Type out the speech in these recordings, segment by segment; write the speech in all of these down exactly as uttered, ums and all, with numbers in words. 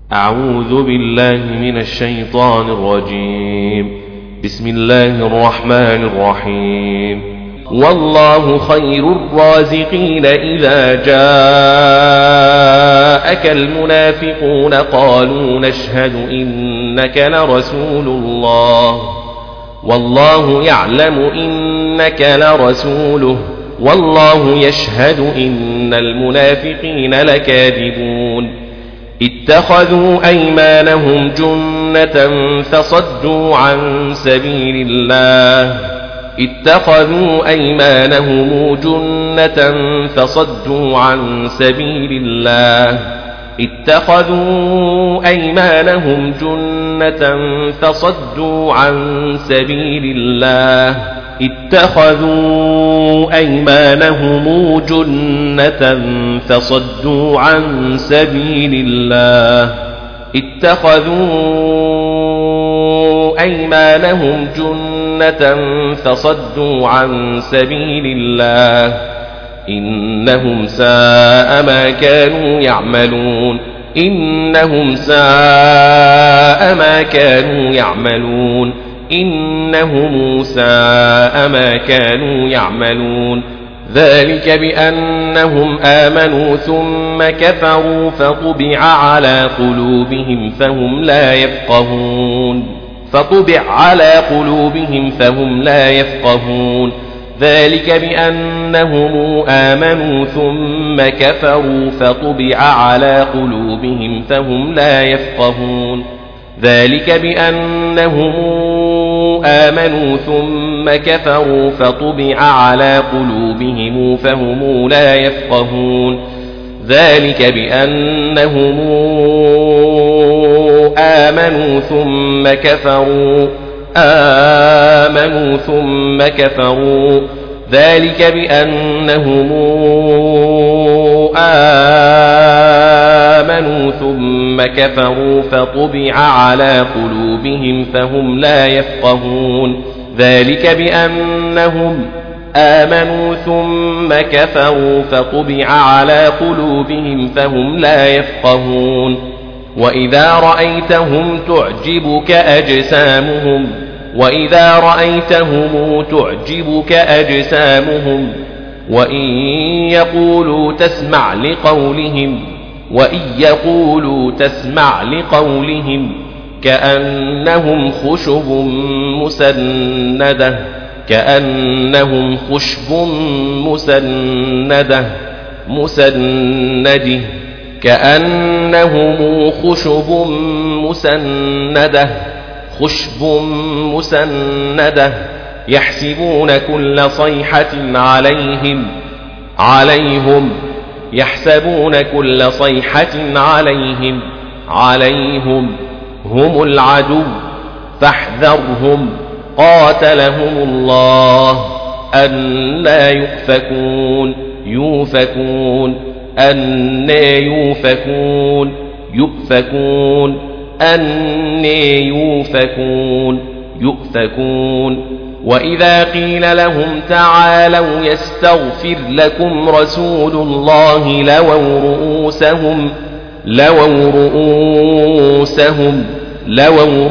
أعوذ بالله من الشيطان الرجيم. بسم الله الرحمن الرحيم. والله خير الرازقين. إذا جاءك المنافقون قالوا نشهد إنك لرسول الله والله يعلم إنك لرسوله والله يشهد إن المنافقين لكاذبون. اتخذوا أيمانهم جنة فصدوا عن سبيل الله اتخذوا أيمانهم جنة فصدوا عن سبيل الله اتخذوا أيمانهم جنة فصدوا عن سبيل الله اتخذوا أيمانهم جنة فصدوا عن سبيل الله اتخذوا أيمانهم جنة فصدوا عن سبيل الله إنهم ساء ما كانوا يعملون إنهم ساء ما كانوا يعملون إنهم ساء ما كانوا يعملون. ذلك بأنهم آمنوا ثم كفروا فطبع على قلوبهم فهم لا يفقهون فطبع على قلوبهم فهم لا يفقهون. ذلك بأنهم آمنوا ثم كفروا فطبع على قلوبهم فهم لا يفقهون. ذلك بأنهم آمنوا ثم كفروا فطبع على قلوبهم فهم لا يفقهون. ذلك بأنهم آمنوا ثم كفروا آمنوا ثم كفروا ذلك بأنهم آمنوا ثم كفروا فطبع على قلوبهم فهم لا يفقهون. ذلك بأنهم آمنوا ثم كفروا فطبع على قلوبهم فهم لا يفقهون. وإذا رأيتهم تعجبك أجسامهم وإذا رأيتهم تعجبك أجسامهم وإن يقولوا تسمع لقولهم وإن يقولوا تسمع لقولهم كأنهم خشب مسندة كأنهم خشب مسندة مسنده كأنهم خشب مسندة خشب مسندة يحسبون كل صيحة عليهم عليهم يحسبون كل صيحة عليهم عليهم هم العدو فاحذرهم قاتلهم الله أنى يؤفكون يؤفكون أنى يؤفكون يؤفكون أنى يؤفكون يؤفكون. وإذا قيل لهم تعالوا يستغفر لكم رسول الله لووا رؤوسهم لووا رؤوسهم لووا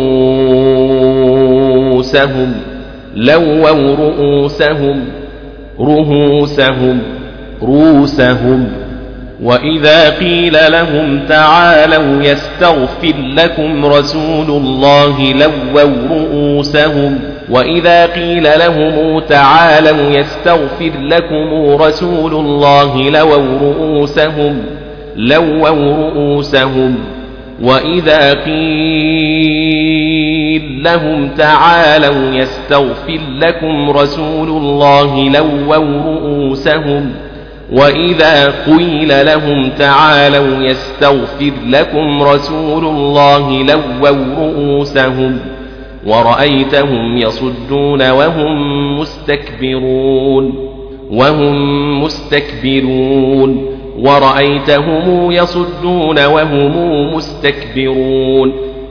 رؤوسهم لووا رؤوسهم رؤوسهم رؤوسهم. وإذا قيل لهم تعالوا يستغفر لكم رسول الله لووا رؤوسهم وإذا قيل لهم تعالوا يستغفر لكم رسول الله لووا رؤوسهم لووا رؤوسهم. وإذا قيل لهم تعالوا يستغفر لكم رسول الله لووا رؤوسهم وإذا قيل لهم تعالوا يستغفر لكم رسول الله لووا رؤوسهم ورأيتهم يصدون وهم مستكبرون وهم مستكبرون ورأيتهم يصدون وهم مستكبرون.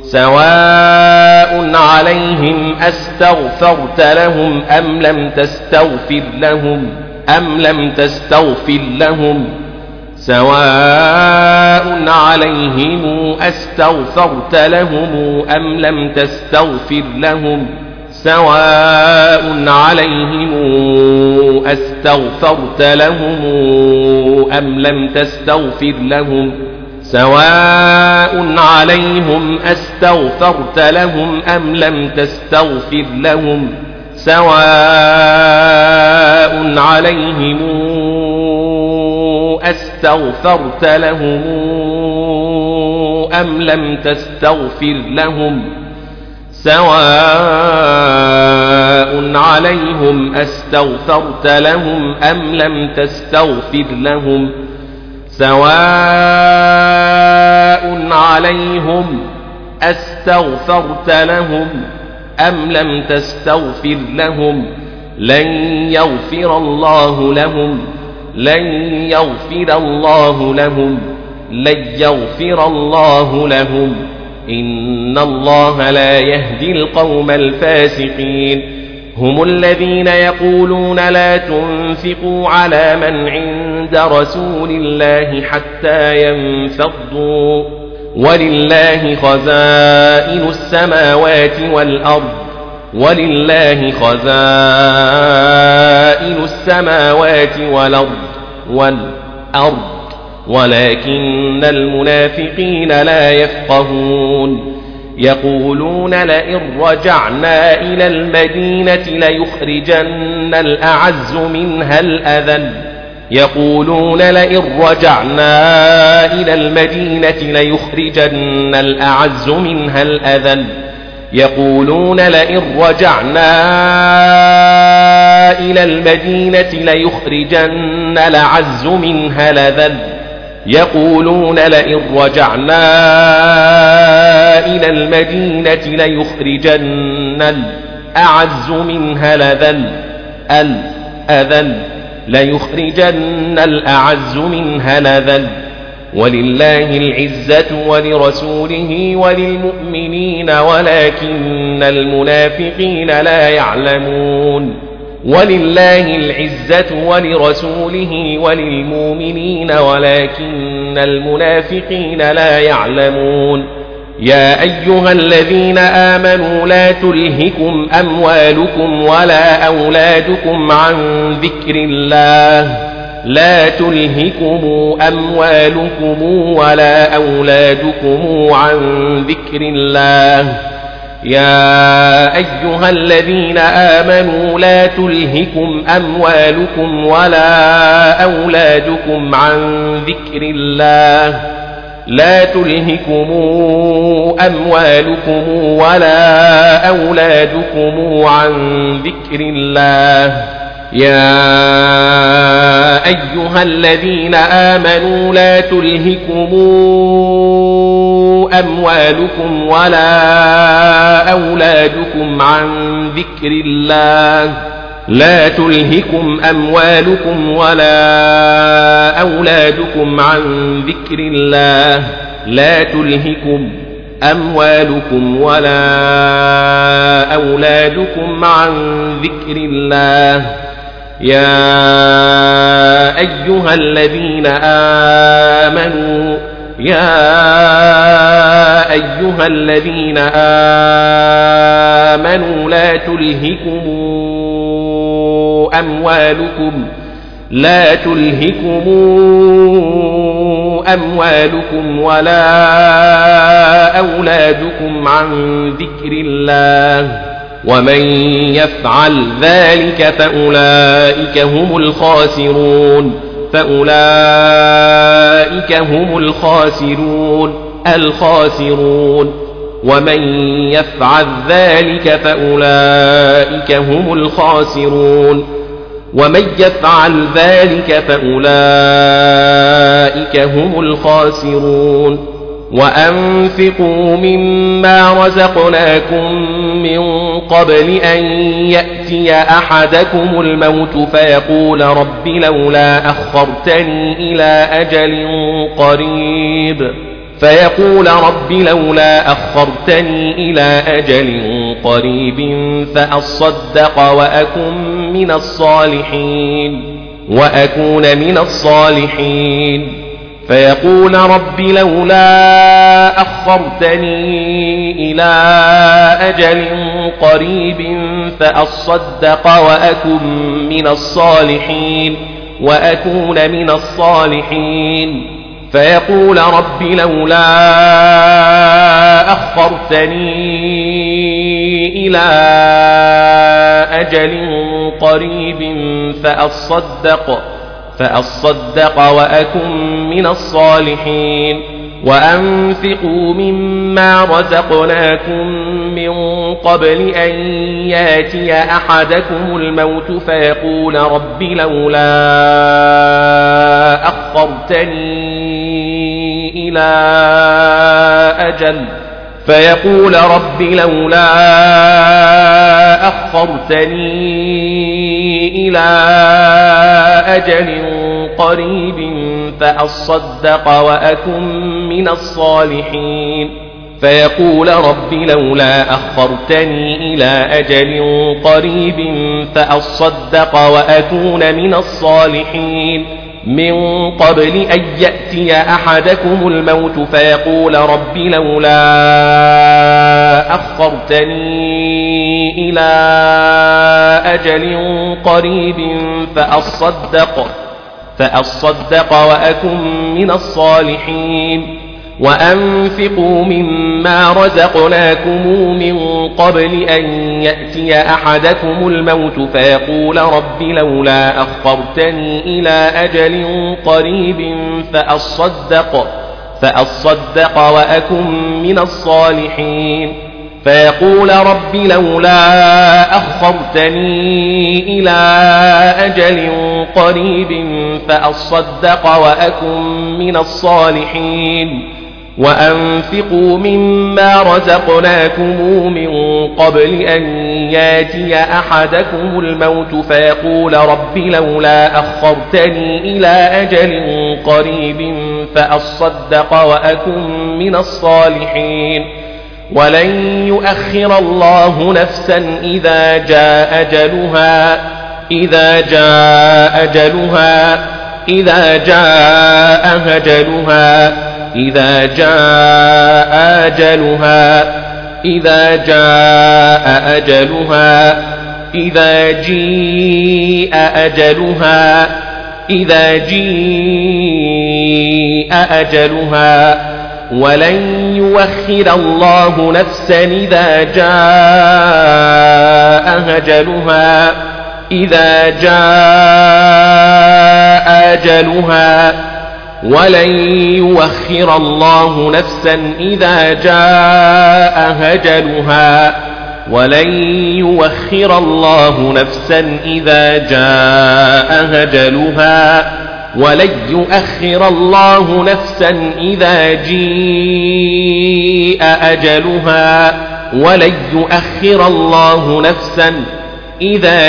سواء عليهم أستغفرت لهم أم لم تستغفر لهم أم لم تستغفر لهم سواء عليهم أستغفرت لهم أم لم تستغفر لهم سواء عليهم أستغفرت لهم أم لم تستغفر لهم سواء عليهم أستغفرت لهم أم لم تستغفر لهم سواء عليهم أستغفرت لهم أم لم تستغفر لهم سواء عليهم أستغفرت لهم أم لم تستغفر لهم سواء عليهم أستغفرت لهم أم لم تستغفر لهم لن يغفر الله لهم لن يغفر الله لهم لن يغفر الله لهم إن الله لا يهدي القوم الفاسقين هم الذين يقولون لا تنفقوا على من عند رسول الله حتى ينفضوا ولله خزائن السماوات والأرض ولله خزائن السماوات والأرض والأرض ولكن المنافقين لا يفقهون يقولون لئن رجعنا إلى المدينة ليخرجن الأعز منها الأذل يقولون لئن رجعنا إلى المدينة ليخرجن الأعز منها الأذل يقولون لئن رجعنا إلى المدينة ليخرجن الأعز منها الأذل يقولون لئن رجعنا إلى المدينة ليخرجن الأعز منها الأذل الأذل ليخرجن الأعز منها الأذل ولله العزة ولرسوله وللمؤمنين ولكن المنافقين لا يعلمون ولله العزة ولرسوله وللمؤمنين ولكن المنافقين لا يعلمون يا أيها الذين آمنوا لا تلهكم أموالكم ولا أولادكم عن ذكر الله لا تلهكم أموالكم ولا أولادكم عن ذكر الله يا أيها الذين آمنوا لا تلهكم أموالكم ولا أولادكم عن ذكر الله لا تلهكم أموالكم ولا أولادكم عن ذكر الله يا أيها الذين آمنوا لا تلهكم أموالكم ولا أولادكم عن ذكر الله لا تلهكم أموالكم ولا أولادكم عن ذكر الله لا تلهكم أموالكم ولا أولادكم عن ذكر الله يا أيها الذين آمنوا يا أيها الذين آمنوا لا تلهكم أموالكم لا تلهكم أموالكم ولا أولادكم عن ذكر الله ومن يفعل ذلك فأولئك هم الخاسرون فأولئك هم الخاسرون الخاسرون ومن يفعل ذلك فأولئك هم الخاسرون ومن يفعل ذلك فأولئك هم الخاسرون وأنفقوا مما رزقناكم من قبل أن يأتي أحدكم الموت فيقول رب لولا أخرتني إلى أجل قريب فيقول رب لولا أخرتني إلى أجل قريب فأصدق وأكن من الصالحين وأكون من الصالحين فيقول رب لولا أخرتني إلى أجل قريب فأصدق وأكن من الصالحين وأكون من الصالحين فيقول رب لولا أخرتني إلى أجل قريب فأصدق فأصدق وأكن من الصالحين وأنفقوا مما رزقناكم من قبل أن ياتي أحدكم الموت فيقول رب لولا أخرتني إلى أجل فيقول رب لولا أخرتني إلى أجل قريب فأصدق وأكن من الصالحين فيقول رب لولا أخرتني إلى أجل قريب فأصدق وأكون من الصالحين من قبل أن يأتي أحدكم الموت فيقول رب لولا أخرتني إلى أجل قريب فأصدق فأصدق وأكن من الصالحين وأنفقوا مما رزقناكم من قبل أن يأتي أحدكم الموت فيقول رب لولا أخرتني إلى أجل قريب فأصدق فأصدق وأكن من الصالحين فيقول رب لولا أخرتني إلى أجل قريب فأصدق وأكن من الصالحين وأنفقوا مما رزقناكم من قبل أن ياتي أحدكم الموت فيقول رب لولا أخرتني إلى أجل قريب فأصدق وأكن من الصالحين ولن يؤخر الله نفسا إذا جاء أجلها إذا جاء أجلها إذا جاء أجلها إذا جاء أجلها إذا جاء أجلها إذا جيء أجلها إذا جيء أجلها ولن يؤخر الله نفسا إذا جاء أجلها إذا جاء أجلها ولن يؤخر الله نفسا إذا جاء أجلها ولن يؤخر الله نفسا إذا جاء أجلها ولن يؤخر الله نفسا إذا جيء أجلها ولن يؤخر الله نفسا إذا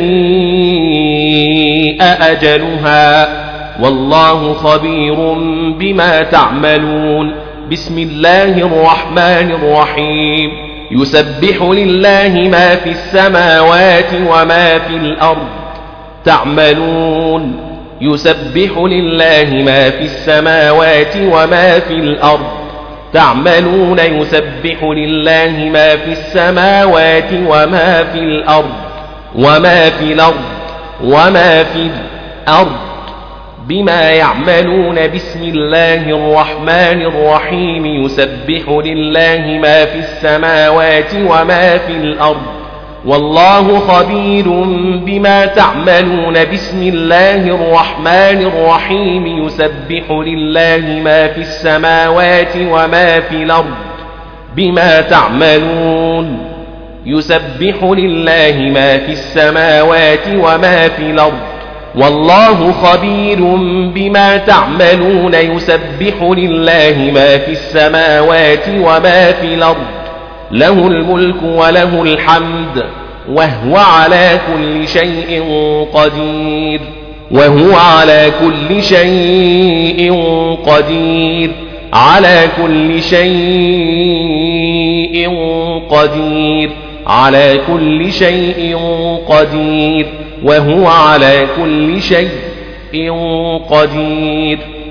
جيء أجلها والله خبير بما تعملون بسم الله الرحمن الرحيم يسبح لله ما في السماوات وما في الأرض تعملون يسبح لله ما في السماوات وما في الأرض تعملون يسبح لله ما في السماوات وما في الأرض وما في الأرض وما في الأرض بما يعملون بسم الله الرحمن الرحيم يسبح لله ما في السماوات وما في الأرض والله خبير بما تعملون بسم الله الرحمن الرحيم يسبح لله ما في السماوات وما في الأرض بما تعملون يسبح لله ما في السماوات وما في الأرض والله خبير بما تعملون يسبح لله ما في السماوات وما في الأرض له الملك وله الحمد وهو على كل شيء قدير وهو على كل شيء قدير على كل شيء قدير على كل شيء قدير وهو على كل شيء قدير